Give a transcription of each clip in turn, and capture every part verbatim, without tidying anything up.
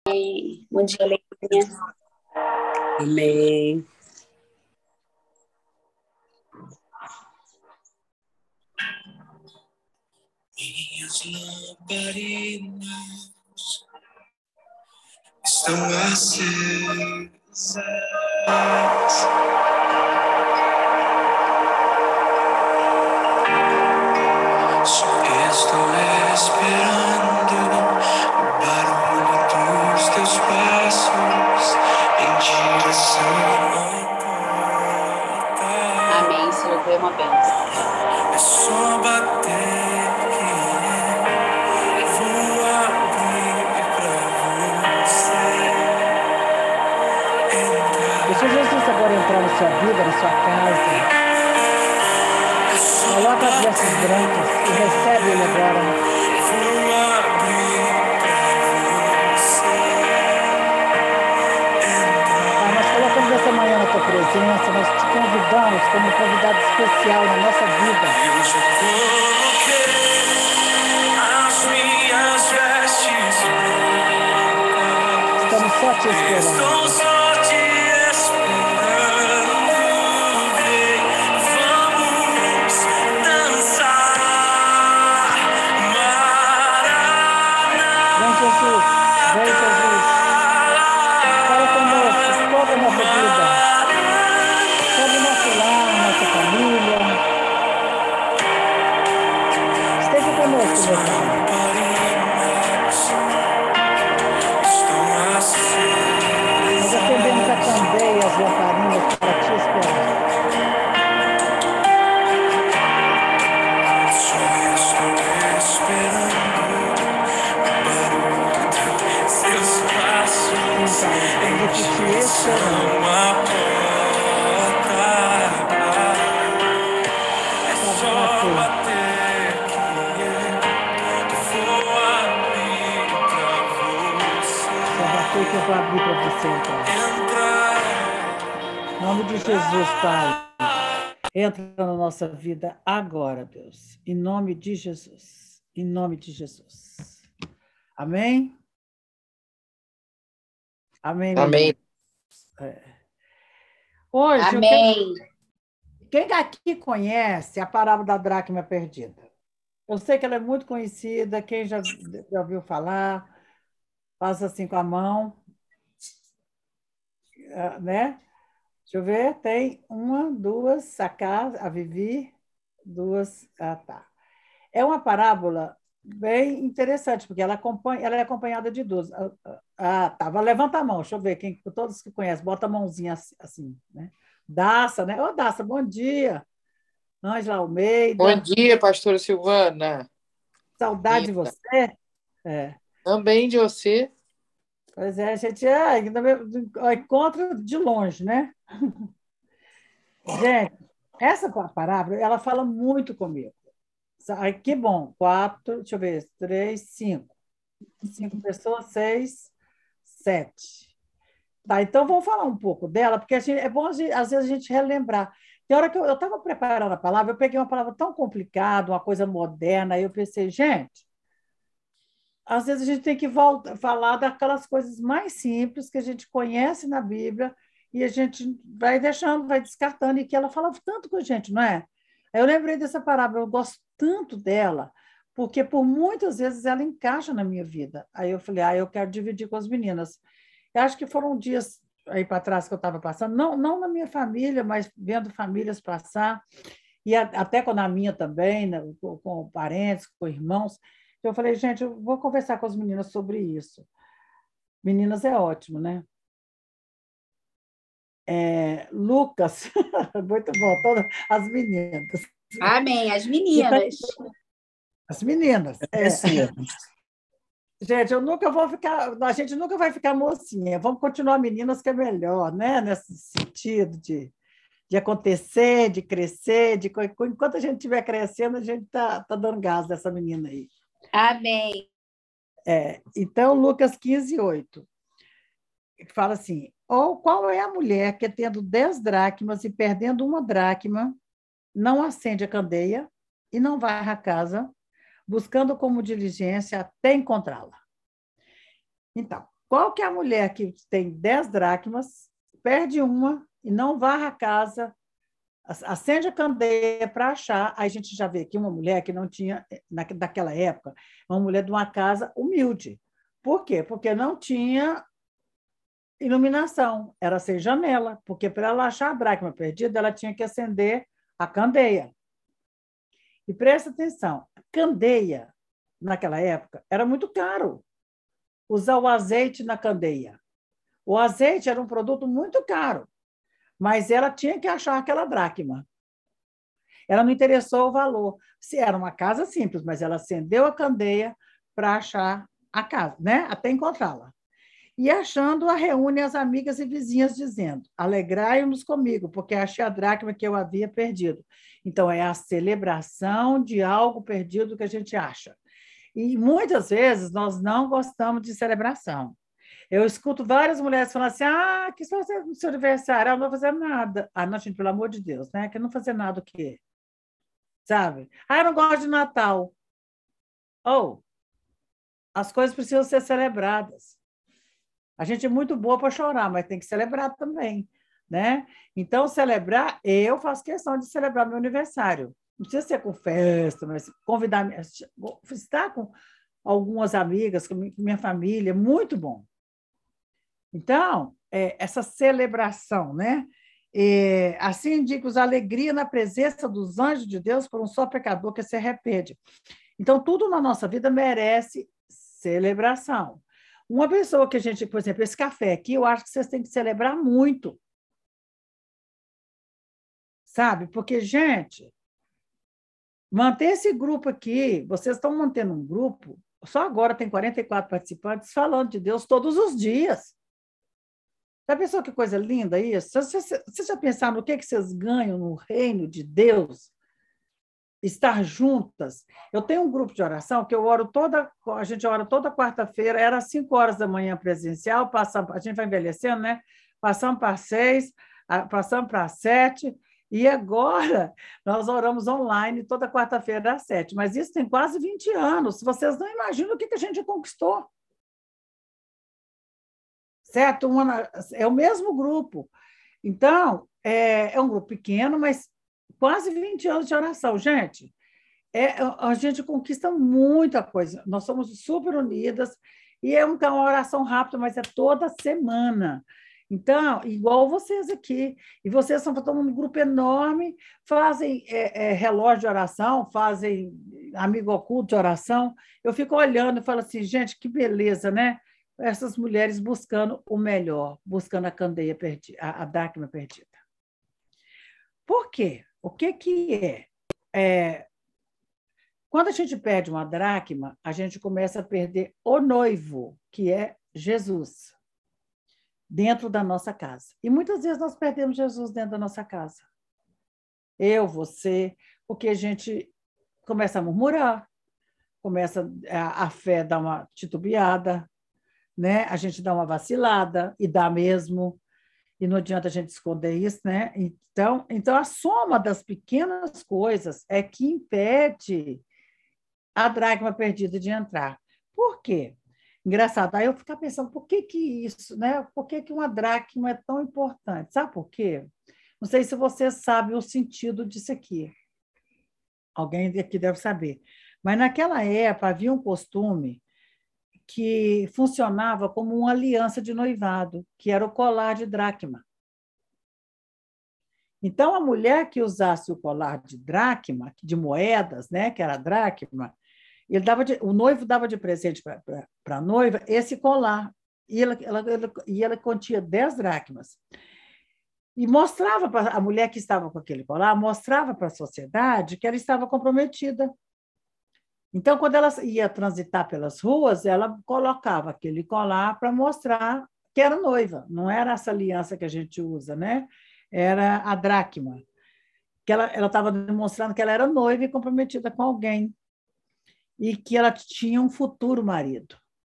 Oi, bom dia, Leitinha. Amém. Minhas lamparinas estão acesas. Só estou esperando o barulho dos teus passos em direção à porta. Amém, Senhor, tu é uma bênção. É só bater que eu vou abrir pra você entrar. Deixa Jesus agora entrar na sua vida, na sua casa. É só Coloca as vestes bater, brancas e recebe ele agora. vou abrir pra você entrar. Pai, nós colocamos essa manhã na tua presença, nós te convidamos como um convidado especial na nossa vida. Eu já coloquei as minhas vestes brancas. Estamos só te Estou esperando. só te esperando. Vem, vamos dançar. Vem, Jesus. Vem, Jesus. Fala conosco, toda a nossa vida. Sobre o nosso lar, nossa família. Esteja conosco, meu Pai. Estão acesas. Nós acendemos a candeia, as lamparinas para te esperar. Só estou esperando o barulho dos seus passos em direção à porta. É só bater que eu vou abrir pra Só você bater que eu vou abrir para você entrar. entrar. Em nome de Jesus, Pai. Entra na nossa vida agora, Deus. Em nome de Jesus. Em nome de Jesus. Amém? Amém, Amém. meninas? É. Hoje, eu quero... Amém. quem aqui conhece a parábola da dracma perdida? Eu sei que ela é muito conhecida, quem já, já ouviu falar, faz assim com a mão, ah, né? Deixa eu ver, tem uma, duas, a Cá, a Vivi, duas, ah, tá. É uma parábola bem interessante, porque ela, acompanha, ela é acompanhada de duas. Ah, ah, tá, vai levanta a mão, deixa eu ver, quem, todos que conhecem, bota a mãozinha assim, assim, né? Daça, né? Ô, Daça, bom dia. Ângela Bom Almeida, dia, pastora Silvana. saudade de Linda. você. É. Também de você. Pois é, a gente é, ainda encontra de longe, né? Gente, essa parábola, ela fala muito comigo. Ai, que bom. Quatro, deixa eu ver, três, cinco. Cinco pessoas, seis, sete. Tá, então vamos falar um pouco dela, porque a gente- é bom, às vezes, a gente relembrar. Tem hora que eu estava preparando a palavra, eu peguei uma palavra tão complicada, uma coisa moderna, aí eu pensei, gente, às vezes a gente tem que voltar, falar daquelas coisas mais simples que a gente conhece na Bíblia e a gente vai deixando, vai descartando, e que ela fala tanto com a gente, não é? Aí eu lembrei dessa parábola, eu gosto tanto dela, porque por muitas vezes ela encaixa na minha vida. Aí eu falei, ah, eu quero dividir com as meninas. Eu acho que foram dias aí para trás que eu estava passando, não, não na minha família, mas vendo famílias passar, e a, até com a minha também, né, com, com parentes, com irmãos. Eu falei, gente, eu vou conversar com as meninas sobre isso. Meninas é ótimo, né? É, Lucas, muito bom, todas as meninas. Amém. As Então, meninas. as meninas, é. Gente, eu nunca vou ficar, a gente nunca vai ficar mocinha, vamos continuar meninas que é melhor, né? Nesse sentido de, de acontecer, de crescer, de, enquanto a gente estiver crescendo, a gente está tá dando gás dessa menina aí. Amém. É, então, Lucas quinze, oito, fala assim, ou qual é a mulher que, tendo dez dracmas e perdendo uma dracma, não acende a candeia e não varre a casa, buscando como diligência até encontrá-la? Então, Qual que é a mulher que tem dez dracmas, perde uma e não varre a casa, acende a candeia para achar? Aí a gente já vê aqui uma mulher que não tinha, naquela época, uma mulher de uma casa humilde. Por quê? Porque não tinha iluminação, era sem janela, porque para ela achar a dracma perdida, ela tinha que acender a candeia. E presta atenção, a candeia, naquela época, era muito caro. Usar o azeite na candeia. O azeite era um produto muito caro, mas ela tinha que achar aquela dracma. Ela não interessou o valor. Se era uma casa simples, mas ela acendeu a candeia para achar a casa, né? Até encontrá-la. E achando-a, reúne as amigas e vizinhas, dizendo: alegrai-nos comigo, porque achei a dracma que eu havia perdido. Então, é a celebração de algo perdido que a gente acha. E muitas vezes nós não gostamos de celebração. Eu escuto várias mulheres falando assim: ah, que se você no seu aniversário, eu não vou fazer nada. Ah, não, gente, pelo amor de Deus, né? Que não fazer nada o quê? Sabe? Ah, eu não gosto de Natal. Ou, oh, as coisas precisam ser celebradas. A gente é muito boa para chorar, mas tem que celebrar também, né? Então, celebrar, eu faço questão de celebrar meu aniversário. Não precisa ser com festa, mas convidar, estar com algumas amigas, com minha família, muito bom. Então, é, essa celebração, né? É, assim indica-os alegria na presença dos anjos de Deus por um só pecador que se arrepende. Então, tudo na nossa vida merece celebração. Uma pessoa que a gente, por exemplo, esse café aqui, eu acho que vocês têm que celebrar muito. Sabe? Porque, gente, manter esse grupo aqui, vocês estão mantendo um grupo, só agora tem quarenta e quatro participantes falando de Deus todos os dias. Já pensou que coisa linda isso? Vocês já pensaram no que, que vocês ganham no reino de Deus? Estar juntas. Eu tenho um grupo de oração que eu oro toda, a gente ora toda quarta-feira, era às cinco horas da manhã presencial, passamos, a gente vai envelhecendo, né? Passamos para seis, passamos para sete, e agora nós oramos online toda quarta-feira às sete. Mas isso tem quase vinte anos. Vocês não imaginam o que a gente conquistou. Certo? Uma, é o mesmo grupo. Então, é, é um grupo pequeno, mas quase vinte anos de oração. Gente, é, a gente conquista muita coisa. Nós somos super unidas e é uma oração rápida, mas é toda semana. Então, igual vocês aqui. E vocês são um grupo enorme, fazem é, é, relógio de oração, fazem amigo oculto de oração. Eu fico olhando e falo assim, gente, que beleza, né? Essas mulheres buscando o melhor, buscando a candeia perdida, a, a dracma perdida. Por quê? O que, que é? é? Quando a gente perde uma dracma, a gente começa a perder o noivo, que é Jesus, dentro da nossa casa. E muitas vezes nós perdemos Jesus dentro da nossa casa. Eu, você, porque a gente começa a murmurar, começa a, a fé dar uma titubeada, né? A gente dá uma vacilada, e dá mesmo, e não adianta a gente esconder isso, né? Então, então a soma das pequenas coisas é que impede a dracma perdida de entrar. Por quê? Engraçado, aí eu ficar pensando, por que que isso, né? Por que que uma dracma é tão importante? Sabe por quê? Não sei se você sabe o sentido disso aqui. Alguém aqui deve saber. Mas naquela época havia um costume que funcionava como uma aliança de noivado, que era o colar de dracma. Então, a mulher que usasse o colar de dracma, de moedas, né, que era a dracma, ele dava de, o noivo dava de presente para a noiva esse colar, e ela, ela, ela, e ela continha dez dracmas. E mostrava para a mulher que estava com aquele colar, mostrava para a sociedade que ela estava comprometida. Então, quando ela ia transitar pelas ruas, ela colocava aquele colar para mostrar que era noiva. Não era essa aliança que a gente usa, né? Era a dracma. Que ela estava demonstrando que ela era noiva e comprometida com alguém. E que ela tinha um futuro marido.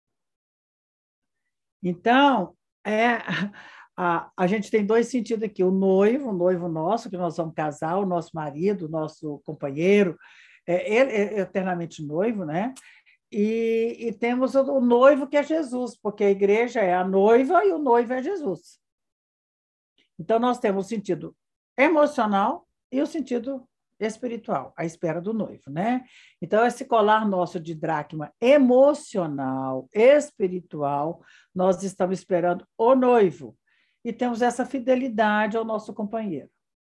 Então, é, a, a gente tem dois sentidos aqui. O noivo, o noivo nosso, que nós vamos casar, o nosso marido, o nosso companheiro, é, ele é eternamente noivo, né? E, e temos o, o noivo, que é Jesus, porque a igreja é a noiva e o noivo é Jesus. Então, nós temos o sentido emocional e o sentido espiritual, a espera do noivo, né? Então, esse colar nosso de dracma emocional, espiritual, nós estamos esperando o noivo e temos essa fidelidade ao nosso companheiro.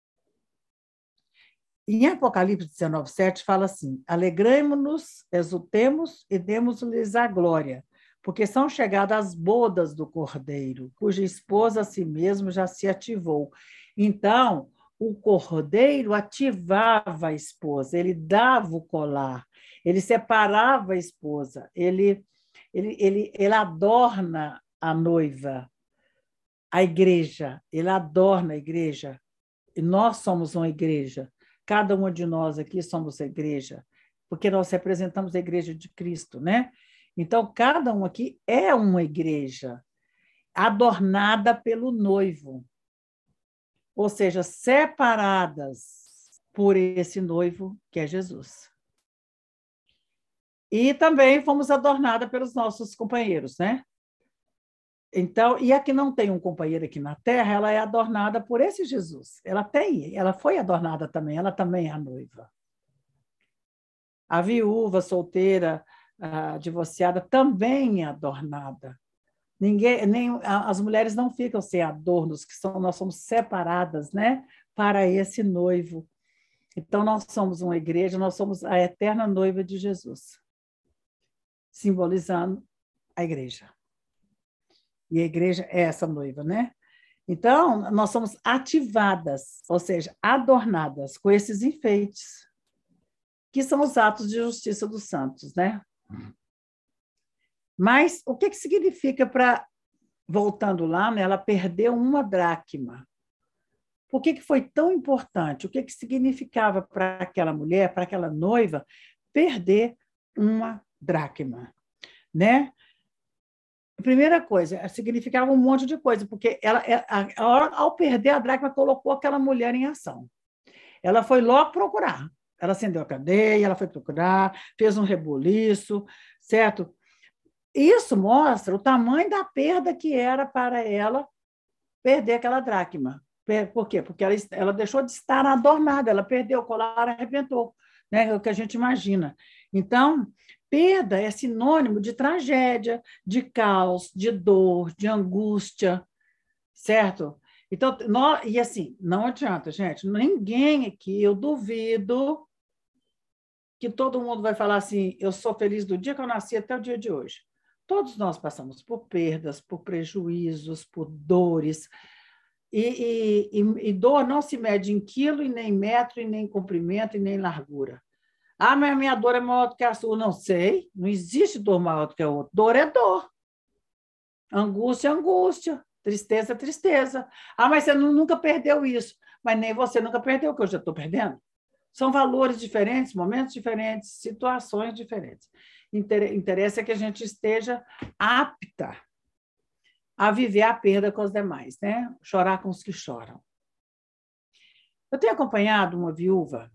Em Apocalipse dezenove, sete, fala assim: alegremos-nos, exultemos e demos-lhes a glória, porque são chegadas as bodas do Cordeiro, cuja esposa a si mesmo já se ativou. Então, o Cordeiro ativava a esposa, ele dava o colar, ele separava a esposa, ele, ele, ele, ele adorna a noiva, a igreja, ele adorna a igreja, e nós somos uma igreja. Cada uma de nós aqui somos a igreja, porque nós representamos a igreja de Cristo, né? Então, cada um aqui é uma igreja adornada pelo noivo, ou seja, separadas por esse noivo que é Jesus. E também fomos adornadas pelos nossos companheiros, né? Então, e a que não tem um companheiro aqui na Terra, ela é adornada por esse Jesus. Ela tem, ela foi adornada também, ela também é a noiva. A viúva, solteira, a divorciada, também é adornada. Ninguém, nem, as mulheres não ficam sem adornos, que são, nós somos separadas, né, para esse noivo. Então, nós somos uma igreja, nós somos a eterna noiva de Jesus, simbolizando a igreja. E a igreja é essa noiva, né? Então, nós somos ativadas, ou seja, adornadas com esses enfeites, que são os atos de justiça dos santos, né? Mas o que, que significa para, voltando lá, né, ela perdeu uma dracma? Por que, que foi tão importante? O que, que significava para aquela mulher, para aquela noiva, perder uma dracma, né? Primeira coisa, significava um monte de coisa, porque ela, a, a, ao perder a dracma, colocou aquela mulher em ação. Ela foi logo procurar. Ela acendeu a cadeia, ela foi procurar, fez um reboliço, certo? Isso mostra o tamanho da perda que era para ela perder aquela dracma. Por quê? Porque ela, ela deixou de estar adornada, ela perdeu o colar, arrebentou, né? É o que a gente imagina. Então, perda é sinônimo de tragédia, de caos, de dor, de angústia, certo? Então, nós, e assim, não adianta, gente, ninguém aqui, eu duvido que todo mundo vai falar assim, eu sou feliz do dia que eu nasci até o dia de hoje. Todos nós passamos por perdas, por prejuízos, por dores, e, e, e dor não se mede em quilo, e nem metro, e nem comprimento, e nem largura. Ah, mas a minha dor é maior do que a sua. Não sei, não existe dor maior do que a outra. Dor é dor. Angústia é angústia. Tristeza é tristeza. Ah, mas você nunca perdeu isso. Mas nem você nunca perdeu, que eu já estou perdendo. São valores diferentes, momentos diferentes, situações diferentes. Interessa que a gente esteja apta a viver a perda com os demais, né? Chorar com os que choram. Eu tenho acompanhado uma viúva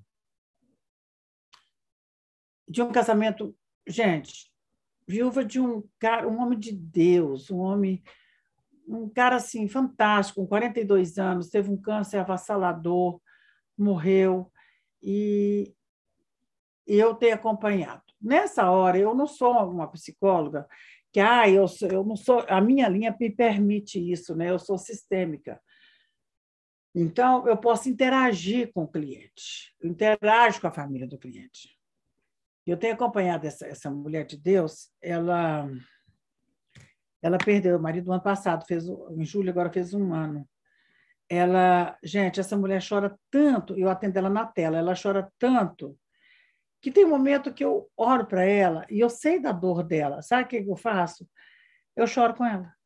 de um casamento, gente, viúva de um cara, um homem de Deus, um homem, um cara assim fantástico, com quarenta e dois anos, teve um câncer avassalador, morreu, e eu tenho acompanhado. Nessa hora, eu não sou uma psicóloga que, ah, eu, sou, eu não sou, a minha linha me permite isso, né? Eu sou sistêmica. Então, eu posso interagir com o cliente, eu interajo com a família do cliente. Eu tenho acompanhado essa, essa mulher de Deus, ela, ela perdeu o marido no ano passado, fez, em julho agora fez um ano. Ela, gente, essa mulher chora tanto, eu atendo ela na tela, ela chora tanto, que tem um momento que eu oro para ela e eu sei da dor dela. Sabe o que eu faço? Eu choro com ela.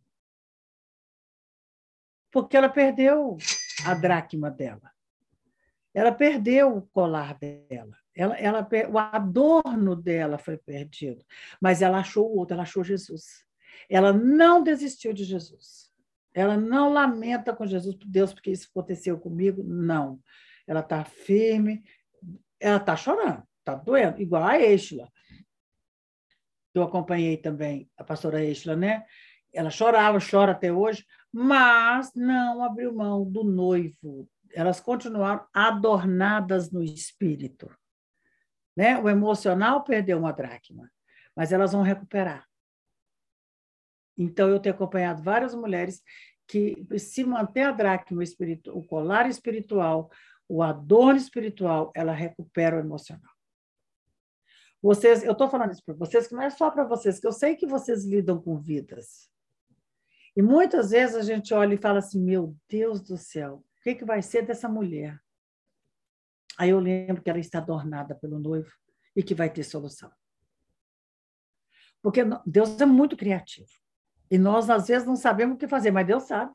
Porque ela perdeu a dracma dela. Ela perdeu o colar dela. Ela, ela, o adorno dela foi perdido. Mas ela achou o outro, ela achou Jesus. Ela não desistiu de Jesus. Ela não lamenta com Jesus, Deus, porque isso aconteceu comigo. Não. Ela está firme, ela está chorando, está doendo, igual a Êxila. eu acompanhei também a pastora Eixla, né? Ela chorava, chora até hoje, mas não abriu mão do noivo. Elas continuaram adornadas no espírito, né? O emocional perdeu uma dracma, mas elas vão recuperar. Então, eu tenho acompanhado várias mulheres que, se manter a dracma espiritual, o colar espiritual, o adorno espiritual, ela recupera o emocional. Vocês, eu estou falando isso para vocês, que não é só para vocês, que eu sei que vocês lidam com vidas. E muitas vezes a gente olha e fala assim, meu Deus do céu, o que, que vai ser dessa mulher? Aí eu lembro que ela está adornada pelo noivo e que vai ter solução. Porque Deus é muito criativo. E nós, às vezes, não sabemos o que fazer, mas Deus sabe.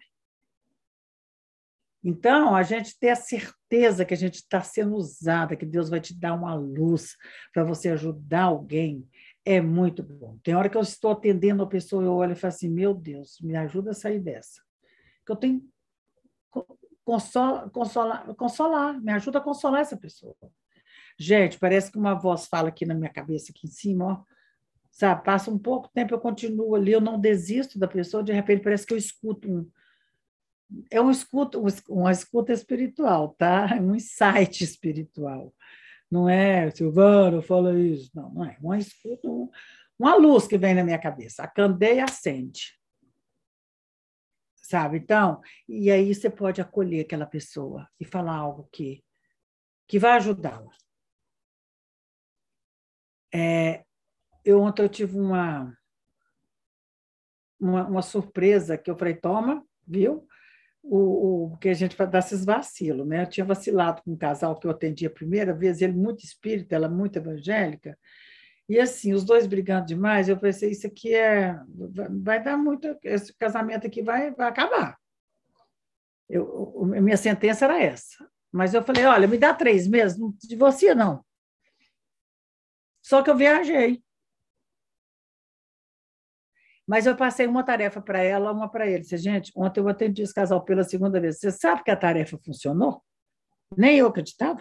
Então, a gente ter a certeza que a gente está sendo usada, que Deus vai te dar uma luz para você ajudar alguém, é muito bom. Tem hora que eu estou atendendo a pessoa, eu olho e falo assim, meu Deus, me ajuda a sair dessa. Que eu tenho consolar, consolar, consolar, me ajuda a consolar essa pessoa. Gente, parece que uma voz fala aqui na minha cabeça, aqui em cima, ó, sabe? Passa um pouco tempo, eu continuo ali, eu não desisto da pessoa, de repente parece que eu escuto um... É um escuta, uma escuta espiritual, tá? É um insight espiritual. Não é, Silvana, fala isso. Não, não é. Uma escuta, uma luz que vem na minha cabeça. A candeia acende. Sabe? Então, e aí você pode acolher aquela pessoa e falar algo que, que vai ajudá-la. É, eu, ontem eu tive uma, uma, uma surpresa que eu falei, toma, viu? O, o que a gente dá esses vacilos, né? Eu tinha vacilado com um casal que eu atendi a primeira vez, ele muito espírita, ela muito evangélica, e assim, os dois brigando demais, eu pensei, isso aqui é, vai dar muito, esse casamento aqui vai, vai acabar. Eu, a minha sentença era essa. Mas eu falei, olha, me dá três meses, não divorcia não. Só que eu viajei. Mas eu passei uma tarefa para ela, uma para ele. Disse, gente, ontem eu atendi esse casal pela segunda vez. Você sabe que a tarefa funcionou? Nem eu acreditava.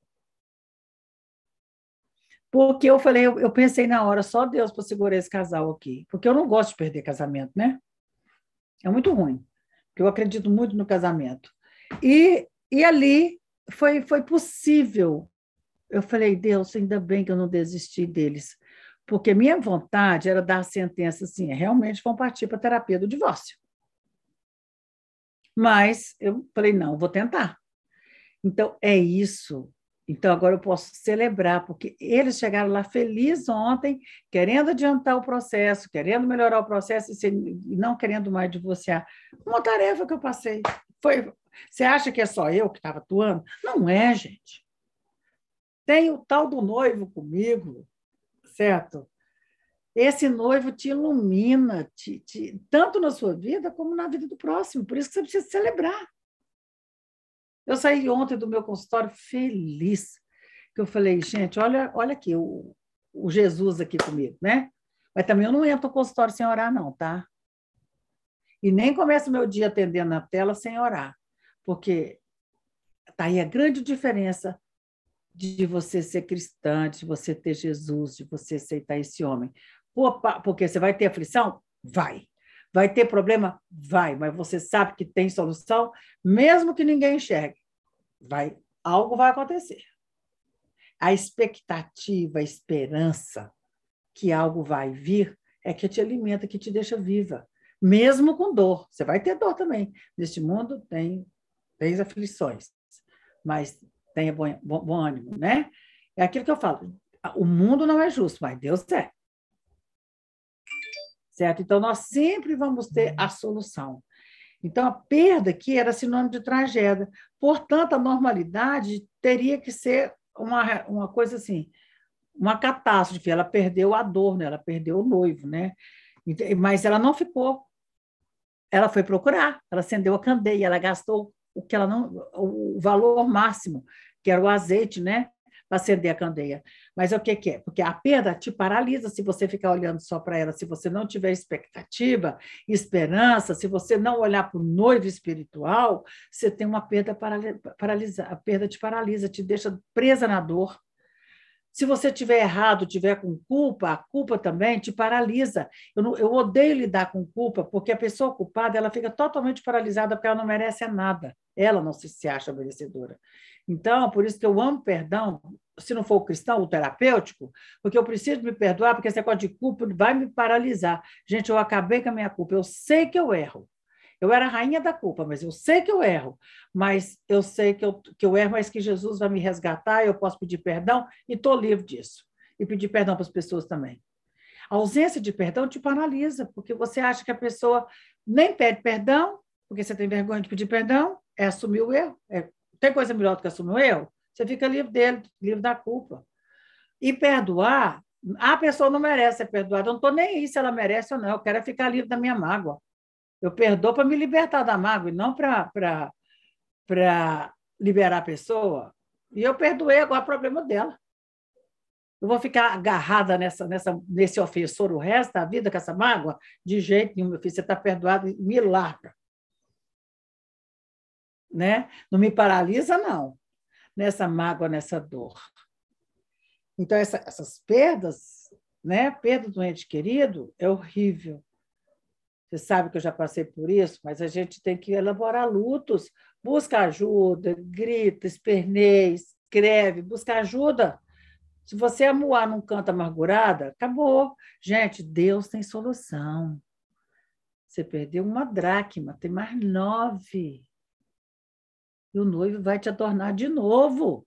Porque eu falei, eu, eu pensei na hora, só Deus para segurar esse casal aqui. Porque eu não gosto de perder casamento, né? É muito ruim. Porque eu acredito muito no casamento. E, e ali foi, foi possível. Eu falei, Deus, ainda bem que eu não desisti deles. Porque minha vontade era dar a sentença assim, realmente vão partir para a terapia do divórcio. Mas eu falei, não, vou tentar. Então, é isso. Então, agora eu posso celebrar, porque eles chegaram lá felizes ontem, querendo adiantar o processo, querendo melhorar o processo e não querendo mais divorciar. Uma tarefa que eu passei. Foi, você acha que é só eu que estava atuando? Não é, gente. Tem o tal do noivo comigo, certo? Esse noivo te ilumina, te, te, tanto na sua vida como na vida do próximo. Por isso que você precisa celebrar. Eu saí ontem do meu consultório feliz, que eu falei, gente, olha, olha aqui, o, o Jesus aqui comigo, né? Mas também eu não entro no consultório sem orar, não, tá? E nem começo meu dia atendendo na tela sem orar, porque tá aí a grande diferença de você ser cristã, de você ter Jesus, de você aceitar esse homem. Porque você vai ter aflição? Vai. Vai ter problema? Vai. Mas você sabe que tem solução, mesmo que ninguém enxergue. Vai. Algo vai acontecer. A expectativa, a esperança que algo vai vir é que te alimenta, que te deixa viva. Mesmo com dor. Você vai ter dor também. Neste mundo tem, tem aflições. Mas tenha bom, bom, bom ânimo, né? É aquilo que eu falo. O mundo não é justo, mas Deus é. Certo? Então, nós sempre vamos ter a solução. Então, a perda aqui era sinônimo de tragédia. Portanto, a normalidade teria que ser uma, uma coisa assim, uma catástrofe. Ela perdeu a dor, né? Ela perdeu o noivo, né? Mas ela não ficou. Ela foi procurar, ela acendeu a candeia, ela gastou o que ela não, o valor máximo, que era o azeite, né? Para acender a candeia. Mas o que, que é? Porque a perda te paralisa se você ficar olhando só para ela, se você não tiver expectativa, esperança, se você não olhar para o noivo espiritual, você tem uma perda paralisada. A perda te paralisa, te deixa presa na dor. Se você tiver errado, tiver com culpa, a culpa também te paralisa. Eu, não, eu odeio lidar com culpa, porque a pessoa culpada ela fica totalmente paralisada porque ela não merece nada. Ela não se, se acha merecedora. Então, por isso que eu amo perdão, se não for o cristão, o terapêutico, porque eu preciso me perdoar, porque esse negócio de culpa vai me paralisar. Gente, eu acabei com a minha culpa. Eu sei que eu erro. Eu era a rainha da culpa, mas eu sei que eu erro. Mas eu sei que eu, que eu erro, mas que Jesus vai me resgatar, eu posso pedir perdão e estou livre disso. E pedir perdão para as pessoas também. A ausência de perdão te paralisa, porque você acha que a pessoa nem pede perdão, porque você tem vergonha de pedir perdão, é assumir o erro. É, tem coisa melhor do que assumir o erro? Você fica livre dele, livre da culpa. E perdoar, a pessoa não merece ser perdoada. Eu não estou nem aí se ela merece ou não, eu quero é ficar livre da minha mágoa. Eu perdoo para me libertar da mágoa e não para liberar a pessoa. E eu perdoei, agora é problema dela. Eu vou ficar agarrada nessa, nessa, nesse ofensor o resto da vida com essa mágoa? De jeito nenhum, meu filho. Você está perdoado, me larga. Né? Não me paralisa, não. Nessa mágoa, nessa dor. Então, essa, essas perdas, né? Perda do ente querido é horrível. Você sabe que eu já passei por isso, mas a gente tem que elaborar lutos. Busca ajuda, grita, esperneia, escreve, busca ajuda. Se você amuar num canto amargurada, acabou. Gente, Deus tem solução. Você perdeu uma dracma, tem mais nove. E o noivo vai te adornar de novo.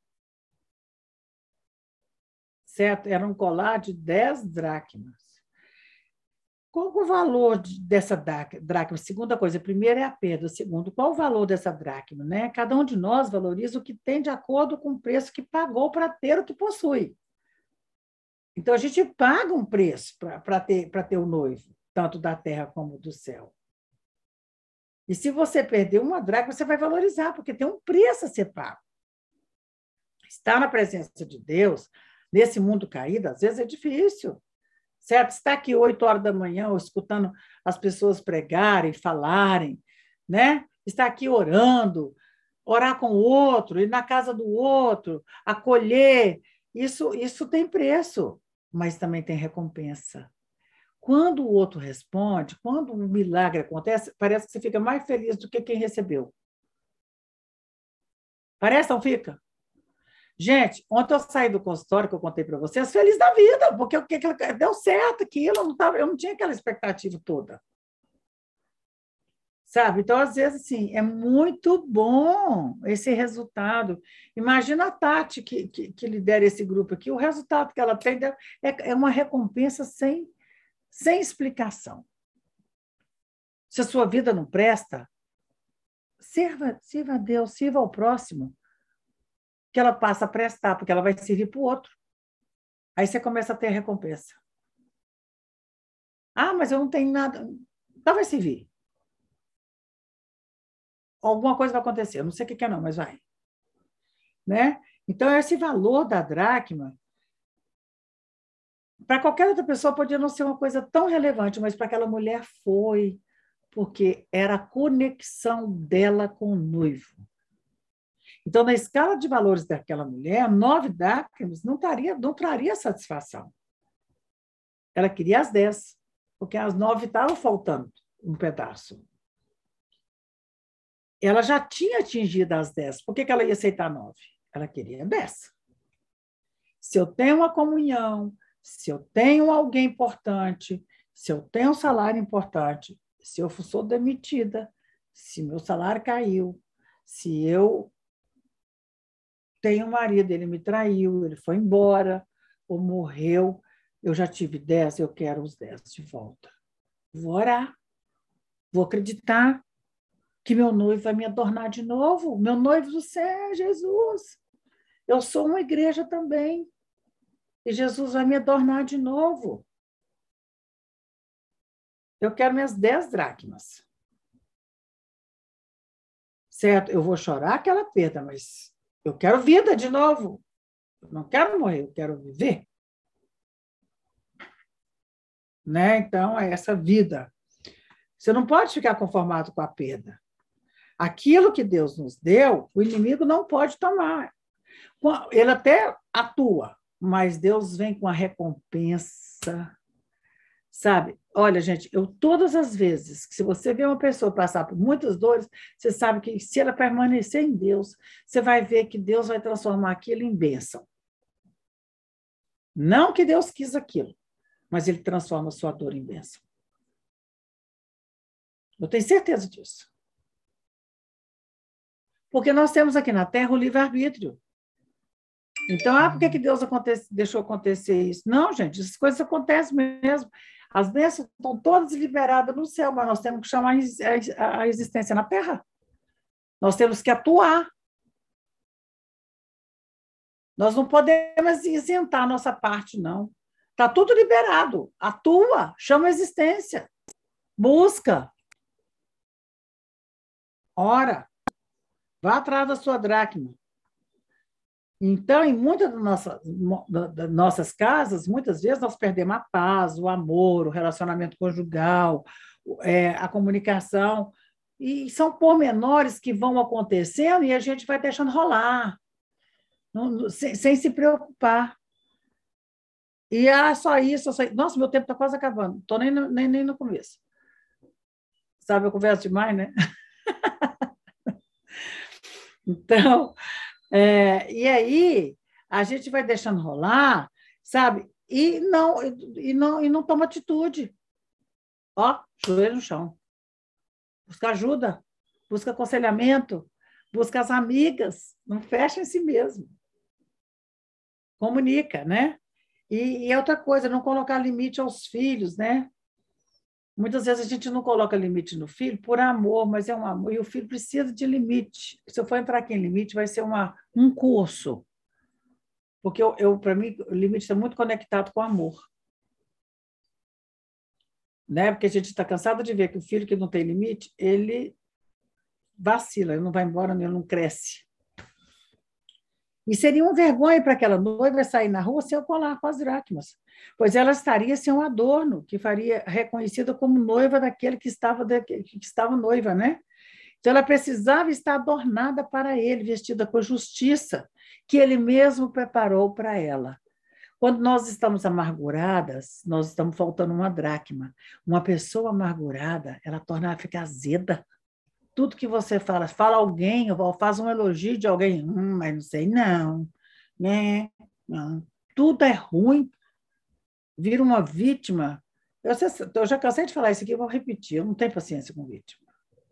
Certo? Era um colar de dez dracmas. Qual o valor dessa dracma? Segunda coisa, a primeira é a perda. Segundo, qual o valor dessa dracma? Né? Cada um de nós valoriza o que tem de acordo com o preço que pagou para ter o que possui. Então, a gente paga um preço para ter, para ter o noivo, tanto da terra como do céu. E se você perder uma dracma, você vai valorizar, porque tem um preço a ser pago. Estar na presença de Deus, nesse mundo caído, às vezes é difícil. Certo? Está aqui oito horas da manhã, escutando as pessoas pregarem, falarem, né? Está aqui orando, orar com o outro, ir na casa do outro, acolher. Isso, isso tem preço, mas também tem recompensa. Quando o outro responde, quando um milagre acontece, parece que você fica mais feliz do que quem recebeu. Parece, não fica? Gente, ontem eu saí do consultório, que eu contei para vocês, feliz da vida, porque o que deu certo aquilo, eu não, tava, eu não tinha aquela expectativa toda. Sabe? Então, às vezes, assim, é muito bom esse resultado. Imagina a Tati, que, que, que lidera esse grupo aqui, o resultado que ela tem é, é uma recompensa sem, sem explicação. Se a sua vida não presta, sirva, sirva a Deus, sirva ao próximo, que ela passa a prestar, porque ela vai servir para o outro. Aí você começa a ter recompensa. Ah, mas eu não tenho nada. Então vai servir. Alguma coisa vai acontecer. Eu não sei o que é não, mas vai. Né? Então, esse valor da dracma, para qualquer outra pessoa podia não ser uma coisa tão relevante, mas para aquela mulher foi, porque era a conexão dela com o noivo. Então, na escala de valores daquela mulher, nove dracmas não traria, não traria satisfação. Ela queria as dez, porque as nove estavam faltando um pedaço. Ela já tinha atingido as dez. Por que que ela ia aceitar nove? Ela queria dez. Se eu tenho uma comunhão, se eu tenho alguém importante, se eu tenho um salário importante, se eu sou demitida, se meu salário caiu, se eu tenho um marido, ele me traiu, ele foi embora, ou morreu, eu já tive dez, eu quero os dez de volta. Vou orar, vou acreditar que meu noivo vai me adornar de novo. Meu noivo do céu é Jesus. Eu sou uma igreja também. E Jesus vai me adornar de novo. Eu quero minhas dez dracmas. Certo? Eu vou chorar aquela perda, mas eu quero vida de novo. Eu não quero morrer, eu quero viver. Né? Então, é essa vida. Você não pode ficar conformado com a perda. Aquilo que Deus nos deu, o inimigo não pode tomar. Ele até atua, mas Deus vem com a recompensa, sabe? Olha, gente, eu todas as vezes que se você vê uma pessoa passar por muitas dores, você sabe que se ela permanecer em Deus, você vai ver que Deus vai transformar aquilo em bênção. Não que Deus quis aquilo, mas Ele transforma a sua dor em bênção. Eu tenho certeza disso. Porque nós temos aqui na Terra o livre-arbítrio. Então, ah, por que que Deus acontece, deixou acontecer isso? Não, gente, essas coisas acontecem mesmo. As bênçãos estão todas liberadas no céu, mas nós temos que chamar a existência na Terra. Nós temos que atuar. Nós não podemos isentar a nossa parte, não. Está tudo liberado. Atua, chama a existência. Busca. Ora. Vá atrás da sua dracma. Então, em muitas das nossas, das nossas casas, muitas vezes nós perdemos a paz, o amor, o relacionamento conjugal, é, a comunicação, e são pormenores que vão acontecendo e a gente vai deixando rolar, não, sem, sem se preocupar. E ah, só isso, só... Nossa, meu tempo está quase acabando, não estou nem, nem, nem no começo. Sabe, eu converso demais, né? Então, é, e aí a gente vai deixando rolar, sabe? E não, e não, e não toma atitude. Ó, joelho no chão. Busca ajuda, busca aconselhamento, busca as amigas, não fecha em si mesmo. Comunica, né? E, e outra coisa, não colocar limite aos filhos, né? Muitas vezes a gente não coloca limite no filho por amor, mas é um amor, e o filho precisa de limite. Se eu for entrar aqui em limite, vai ser uma, um curso. Porque, eu, eu, para mim, o limite está muito conectado com o amor. Né? Porque a gente está cansado de ver que o filho que não tem limite, ele vacila, ele não vai embora, ele não cresce. E seria uma vergonha para aquela noiva sair na rua sem eu colar com as dracmas, pois ela estaria sem um adorno, que faria reconhecida como noiva daquele que estava, que estava noiva, né? Então, ela precisava estar adornada para ele, vestida com justiça, que ele mesmo preparou para ela. Quando nós estamos amarguradas, nós estamos faltando uma dracma. Uma pessoa amargurada, ela torna ela ficar azeda. Tudo que você fala, fala alguém, ou faz um elogio de alguém, hum, mas não sei não, né? Não. Tudo é ruim, vira uma vítima. Eu, eu já cansei de falar isso aqui, eu vou repetir, eu não tenho paciência com vítima.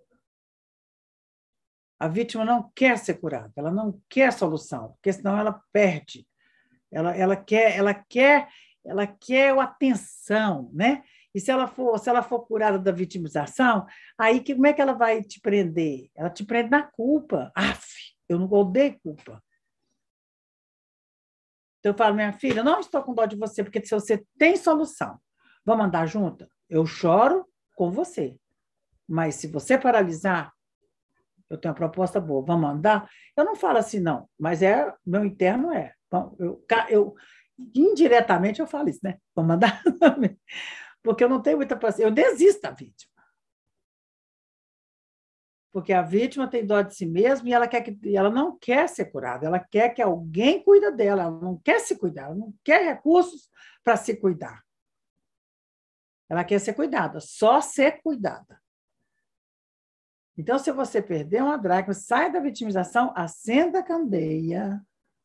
A vítima não quer ser curada, ela não quer solução, porque senão ela perde. Ela, ela quer, ela quer, ela quer a atenção, né? E se ela for, se ela for curada da vitimização, aí que, como é que ela vai te prender? Ela te prende na culpa. Aff, eu não odeio culpa. Então eu falo, minha filha, eu não estou com dó de você, porque se você tem solução, vamos andar junto? Eu choro com você. Mas se você paralisar, eu tenho uma proposta boa, vamos andar? Eu não falo assim, não, mas é, meu interno é. Eu, eu, indiretamente eu falo isso, né? Vamos andar? Porque eu não tenho muita paciência. Eu desisto da vítima. Porque a vítima tem dó de si mesma e ela, quer que, ela não quer ser curada, ela quer que alguém cuide dela, ela não quer se cuidar, ela não quer recursos para se cuidar. Ela quer ser cuidada, só ser cuidada. Então, se você perder uma dracma, sai da vitimização, acenda a candeia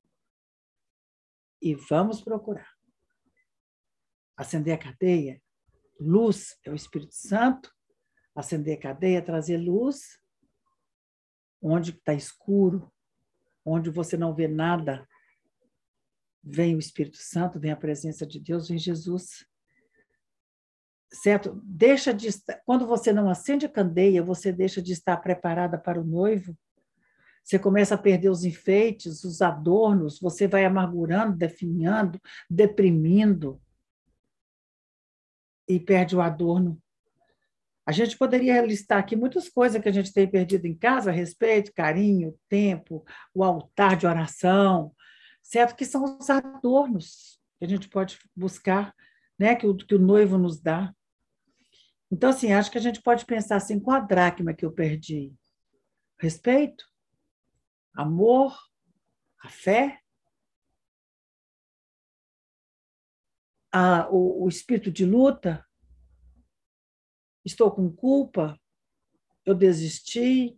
e vamos procurar. Acender a cadeia, luz é o Espírito Santo, acender a cadeia, trazer luz, onde está escuro, onde você não vê nada, vem o Espírito Santo, vem a presença de Deus, vem Jesus. Certo? Deixa de estar, quando você não acende a candeia, você deixa de estar preparada para o noivo, você começa a perder os enfeites, os adornos, você vai amargurando, definhando, deprimindo e perde o adorno. A gente poderia listar aqui muitas coisas que a gente tem perdido em casa, respeito, carinho, tempo, o altar de oração, certo? Que são os adornos que a gente pode buscar, né? que, o, que o noivo nos dá. Então, assim, acho que a gente pode pensar assim, qual a dracma que eu perdi? Respeito, amor, a fé, a, o, o espírito de luta, estou com culpa, eu desisti,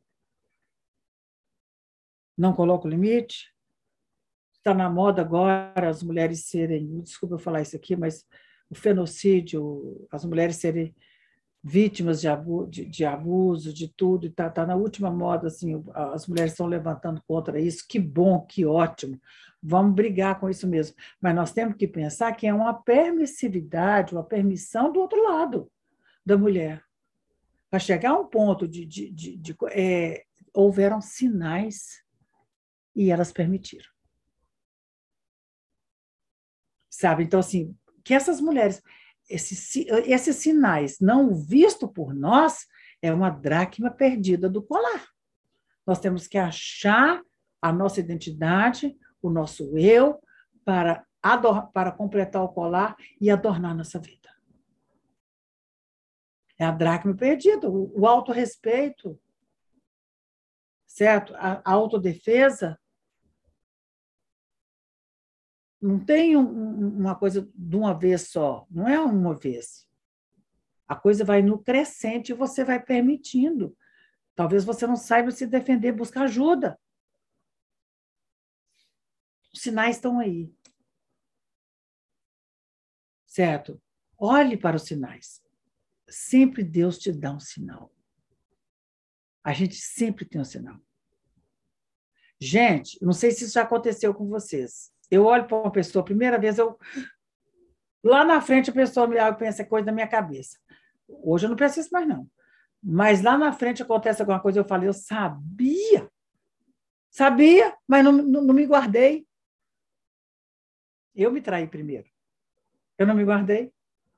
não coloco limite. Está na moda agora as mulheres serem, desculpa eu falar isso aqui, mas o fenocídio, as mulheres serem vítimas de abuso, de, de, abuso, de tudo, está tá na última moda, assim, as mulheres estão levantando contra isso, que bom, que ótimo, vamos brigar com isso mesmo. Mas nós temos que pensar que é uma permissividade, uma permissão do outro lado da mulher. Para chegar a um ponto de... de, de, de é, houveram sinais e elas permitiram. Sabe? Então, assim, que essas mulheres... Esses, esses sinais não vistos por nós é uma dracma perdida do colar. Nós temos que achar a nossa identidade, o nosso eu, para, ador, para completar o colar e adornar a nossa vida. É a dracma perdida, o, o autorrespeito, certo? A, a autodefesa. Não tem um, uma coisa de uma vez só, não é uma vez. A coisa vai no crescente e você vai permitindo. Talvez você não saiba se defender, buscar ajuda. Os sinais estão aí. Certo? Olhe para os sinais. Sempre Deus te dá um sinal. A gente sempre tem um sinal. Gente, não sei se isso já aconteceu com vocês. Eu olho para uma pessoa, a primeira vez eu... Lá na frente a pessoa me olha e pensa, é coisa da minha cabeça. Hoje eu não penso isso mais, não. Mas lá na frente acontece alguma coisa, eu falo, eu sabia. Sabia, mas não, não, não me guardei. Eu me traí primeiro. Eu não me guardei.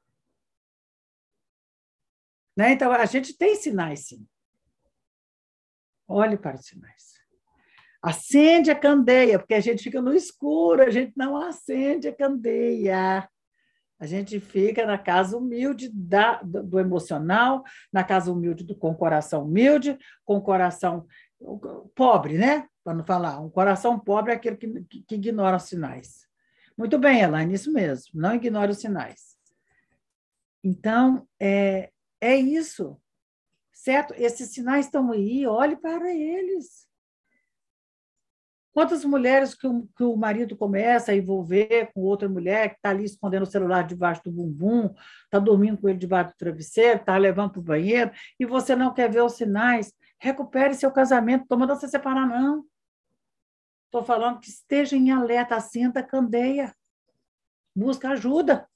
Né? Então, a gente tem sinais, sim. Olhe para os sinais. Acende a candeia, porque a gente fica no escuro, a gente não acende a candeia. A gente fica na casa humilde da, do, do emocional, na casa humilde do, com coração humilde, com coração pobre, né? Para não falar, um coração pobre é aquele que, que, que ignora os sinais. Muito bem, Elaine, isso mesmo, não ignore os sinais. Então, é, é isso, certo? Esses sinais estão aí, olhe para eles. Quantas mulheres que o, que o marido começa a envolver com outra mulher que está ali escondendo o celular debaixo do bumbum, está dormindo com ele debaixo do travesseiro, está levando para o banheiro, e você não quer ver os sinais? Recupere seu casamento, estou mandando você separar, não. Estou falando que esteja em alerta, acenda a candeia. Busca ajuda.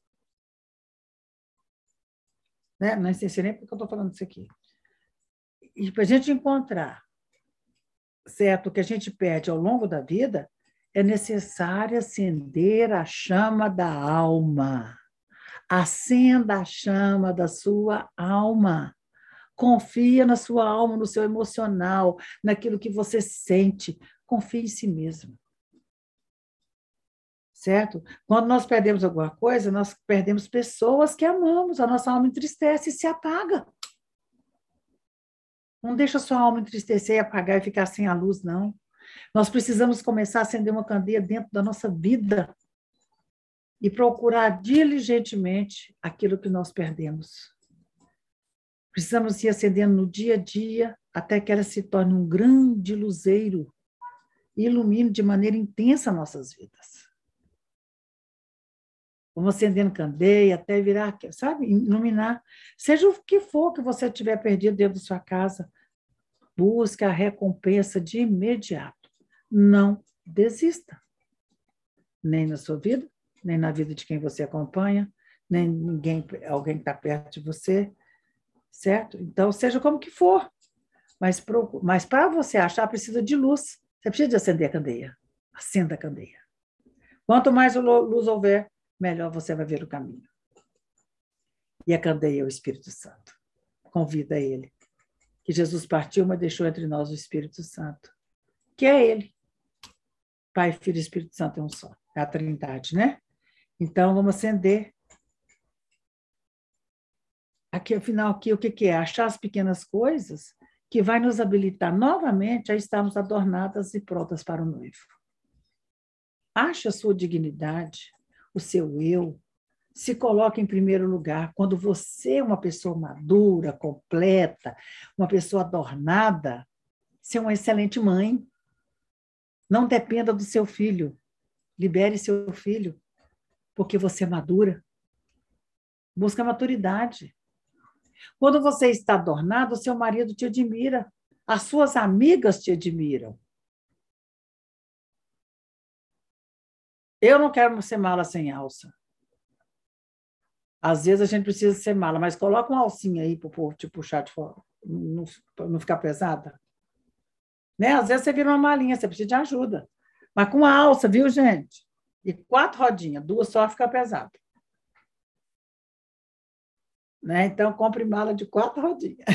Né? Não sei nem porque eu estou falando isso aqui. E para a gente encontrar, certo, o que a gente perde ao longo da vida, é necessário acender a chama da alma. Acenda a chama da sua alma. Confia na sua alma, no seu emocional, naquilo que você sente. Confie em si mesmo. Certo? Quando nós perdemos alguma coisa, nós perdemos pessoas que amamos, a nossa alma entristece e se apaga. Não deixa a sua alma entristecer e apagar e ficar sem a luz, não. Nós precisamos começar a acender uma candeia dentro da nossa vida e procurar diligentemente aquilo que nós perdemos. Precisamos ir acendendo no dia a dia até que ela se torne um grande luzeiro e ilumine de maneira intensa nossas vidas. Vamos acendendo candeia até virar, sabe, iluminar. Seja o que for que você tiver perdido dentro da sua casa, busque a recompensa de imediato. Não desista. Nem na sua vida, nem na vida de quem você acompanha, nem ninguém, alguém que está perto de você, certo? Então, seja como que for. Mas, mas para você achar, precisa de luz. Você precisa de acender a candeia. Acenda a candeia. Quanto mais luz houver, melhor você vai ver o caminho. E a candeia é o Espírito Santo. Convida ele. Que Jesus partiu, mas deixou entre nós o Espírito Santo. Que é ele. Pai, Filho e Espírito Santo é um só. É a Trindade, né? Então, vamos acender. Aqui, afinal, aqui, o que, que é? Achar as pequenas coisas que vai nos habilitar novamente a estarmos adornadas e prontas para o noivo. Ache a sua dignidade, o seu eu, Se coloque em primeiro lugar. Quando você é uma pessoa madura, completa, uma pessoa adornada, você é uma excelente mãe. Não dependa do seu filho. Libere seu filho, porque você é madura. Busca maturidade. Quando você está adornado, o seu marido te admira. As suas amigas te admiram. Eu não quero ser mala sem alça. Às vezes a gente precisa ser mala, mas coloca uma alcinha aí para o povo te puxar de fora, não, não ficar pesada. Né? Às vezes você vira uma malinha, você precisa de ajuda. Mas com a alça, viu, gente? E quatro rodinhas, duas só fica pesado. Né? Então, compre mala de quatro rodinhas.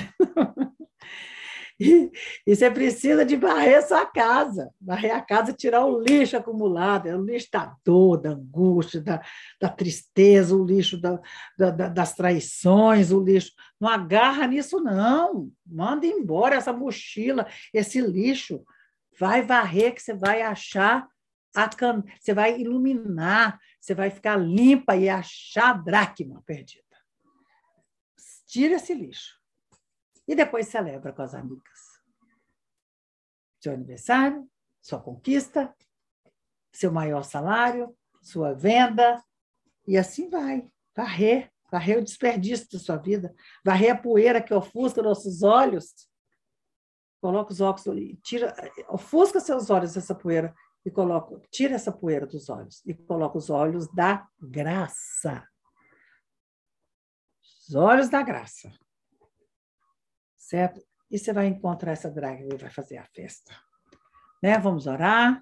E, e você precisa de varrer a sua casa. Varrer a casa e tirar o lixo acumulado. É o lixo da dor, da angústia, da, da tristeza, o lixo da, da, das traições, o lixo. Não agarra nisso, não. Manda embora essa mochila, esse lixo. Vai varrer que você vai achar, a can... você vai iluminar, você vai ficar limpa e achar a dracma perdida. Tira esse lixo. E depois celebra com as amigas. Seu aniversário, sua conquista, seu maior salário, sua venda, e assim vai. Varrer, varrer o desperdício da sua vida, varrer a poeira que ofusca nossos olhos. Coloca os óculos, tira, ofusca seus olhos essa poeira e coloca, tira essa poeira dos olhos e coloca os olhos da graça. Os olhos da graça. Certo? E você vai encontrar essa dragma e vai fazer a festa. Né? Vamos orar.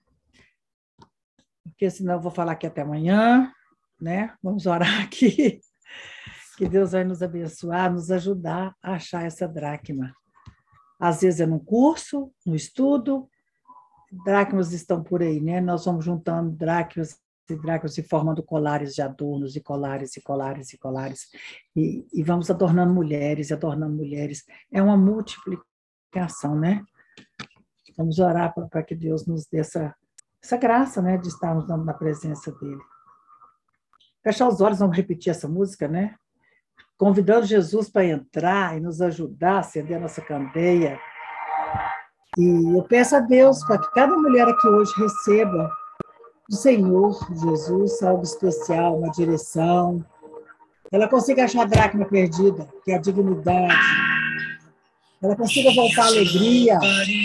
Porque senão eu vou falar aqui até amanhã. Né? Vamos orar aqui. Que Deus vai nos abençoar, nos ajudar a achar essa dracma. Às vezes é num curso, no estudo. Dracmas estão por aí, né? Nós vamos juntando dracmas e dracmas e formando colares de adornos, e colares, e colares, e colares. E, e vamos adornando mulheres, e adornando mulheres. É uma multiplicação, né? Vamos orar para que Deus nos dê essa, essa graça, né? De estarmos na presença dEle. Fechar os olhos, vamos repetir essa música, né? Convidando Jesus para entrar e nos ajudar a acender a nossa candeia. E eu peço a Deus para que cada mulher aqui hoje receba do Senhor Jesus algo especial, uma direção. Ela consiga achar a dracma perdida, que é a dignidade. Ela consiga voltar à alegria.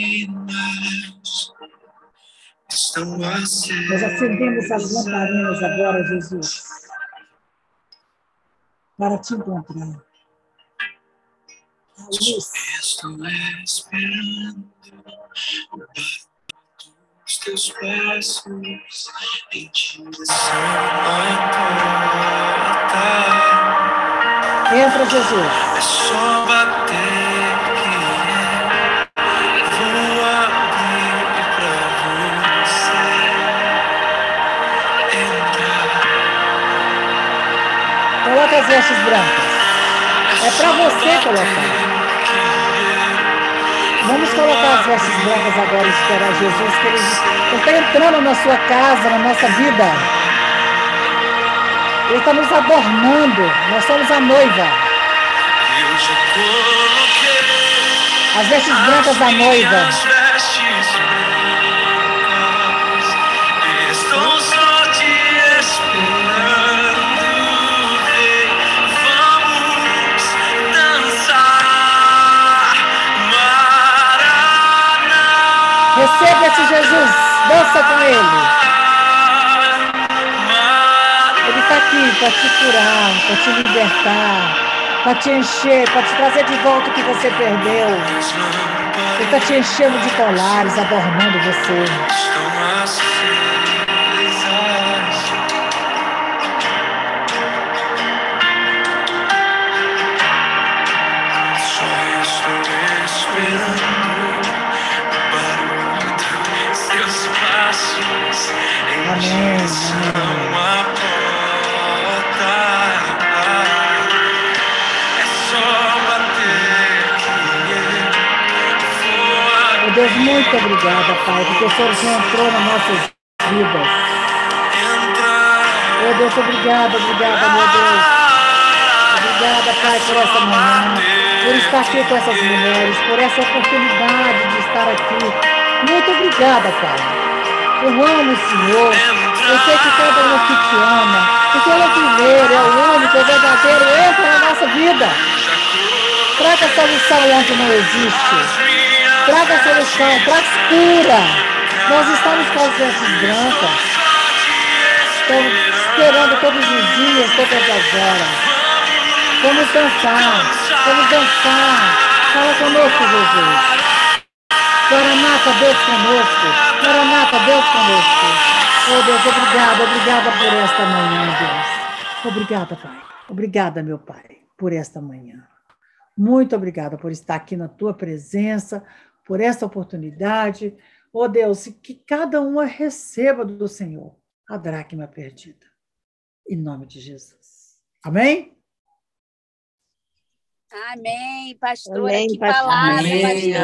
Nós acendemos as lamparinas agora, Jesus, para te encontrar. A luz. Estou esperando os teus passos em direção à porta. Entra, Jesus. É só bater que vou abrir pra você entrar. Coloca as vestes brancas. É para você colocar. Vamos colocar as vestes brancas agora e esperar Jesus, que Ele está entrando na sua casa, na nossa vida. Ele está nos adornando. Nós somos a noiva. As vestes brancas da noiva. Estou só te esperando. Vamos dançar. Receba esse Jesus, dança com Ele. Ele está aqui para te curar, para te libertar, para te encher, para te trazer de volta o que você perdeu. Ele está te enchendo de colares, adornando você. Estão acesas. Só estou esperando. Amém, amém. Oh, Deus, muito obrigada, Pai, porque o Senhor já entrou nas nossas vidas. Oh, Deus, obrigada, obrigada, meu Deus. Obrigada, Pai, por essa manhã, por estar aqui com essas mulheres, por essa oportunidade de estar aqui. Muito obrigada, Pai. Eu amo o Senhor. Eu sei que cada um aqui te ama. Porque Ele é o primeiro, é o único, é o verdadeiro. Entra na nossa vida. Traga solução onde não existe. Traga solução, traz cura. Nós estamos com as vestes brancas. Estamos esperando todos os dias, todas as horas. Vamos dançar, vamos dançar. Fala conosco, Jesus. Maranata, Deus conosco. Maranata, Deus conosco. Oh, Deus, obrigada, obrigada por esta manhã, Deus. Obrigada, Pai. Obrigada, meu Pai, por esta manhã. Muito obrigada por estar aqui na tua presença, por esta oportunidade. Oh, Deus, que cada uma receba do Senhor a dracma perdida. Em nome de Jesus. Amém? Amém, pastora. Amém, Que pastora. palavra, Amém. pastora.